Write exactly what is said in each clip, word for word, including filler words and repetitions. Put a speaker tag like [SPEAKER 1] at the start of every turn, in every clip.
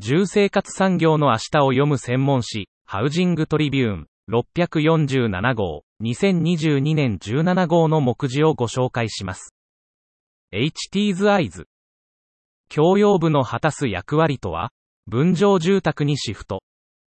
[SPEAKER 1] 住生活産業の明日を読む専門誌、ハウジングトリビューン、ろっぴゃくよんじゅうななごう、にせんにじゅうにねんじゅうななごうの目次をご紹介します。エイチティーズ アイズ。共用部の果たす役割とは？分譲住宅にシフト。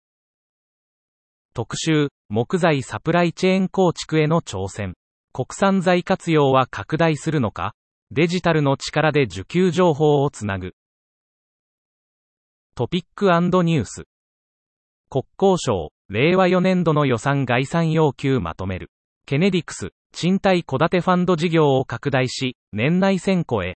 [SPEAKER 1] 特集、木材サプライチェーン構築への挑戦。国産材活用は拡大するのか？デジタルの力で需給情報をつなぐ。トピック&ニュース。国交省、れいわよねんどの予算概算要求まとめる。ケネディクス、賃貸戸建てファンド事業を拡大し、年内せんこへ。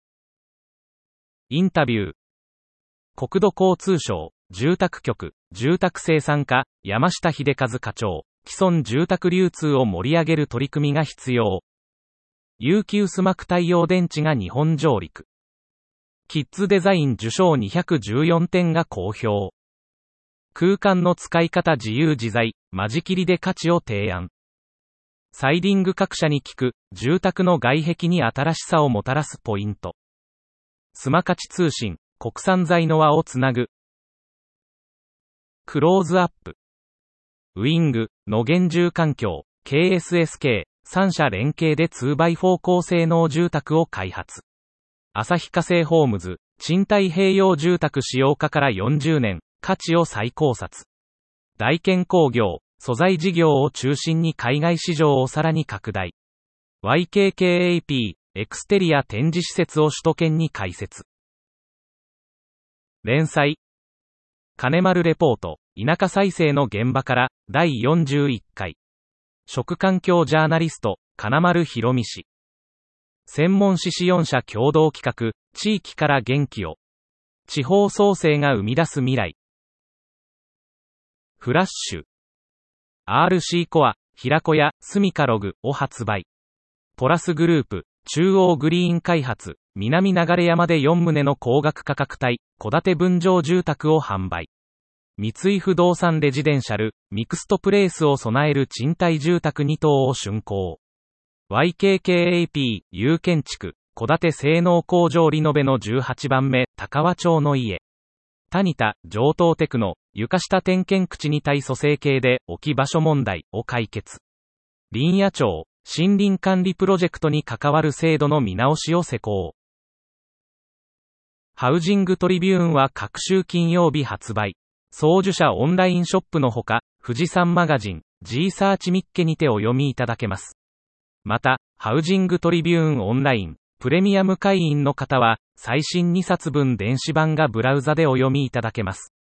[SPEAKER 1] インタビュー。国土交通省、住宅局、住宅生産課、山下秀和課長、既存住宅流通を盛り上げる取り組みが必要。有機薄膜太陽電池が日本上陸。キッズデザイン受賞にひゃくじゅうよんてんが好評。空間の使い方自由自在、間仕切りで価値を提案。サイディング各社に聞く、住宅の外壁に新しさをもたらすポイント。スマ価値通信、国産材の輪をつなぐ。クローズアップ。ウィング、の現住環境、ケーエスエスケー、さん社連携で ツーバイフォー 高性能住宅を開発。旭化成ホームズ、賃貸併用住宅使用化からよんじゅうねん、価値を再考察。大建工業、素材事業を中心に海外市場をさらに拡大。ワイケーケーエーピー、エクステリア展示施設を首都圏に開設。連載。金丸レポート、田舎再生の現場からだいよんじゅういっかい。食環境ジャーナリスト、金丸博美氏。専門誌よん社共同企画、地域から元気を。地方創生が生み出す未来。フラッシュ。アールシー コア、平子屋、スミカログを発売。ポラスグループ、中央グリーン開発、南流山でよん棟の高額価格帯、戸建て分譲住宅を販売。三井不動産レジデンシャル、ミクストプレイスを備える賃貸住宅に棟を竣工。ワイケーケーエーピー、有建築、戸建て性能工場リノベのじゅうはちばんめ、高和町の家。タニタ、上東テクノ、床下点検口に対組成系で置き場所問題を解決。林野庁、森林管理プロジェクトに関わる制度の見直しを施行。ハウジングトリビューンは各週金曜日発売。送受者オンラインショップのほか、富士山マガジン、G サーチミッケにてお読みいただけます。また、ハウジングトリビューンオンライン、プレミアム会員の方は、最新にさつぶん電子版がブラウザでお読みいただけます。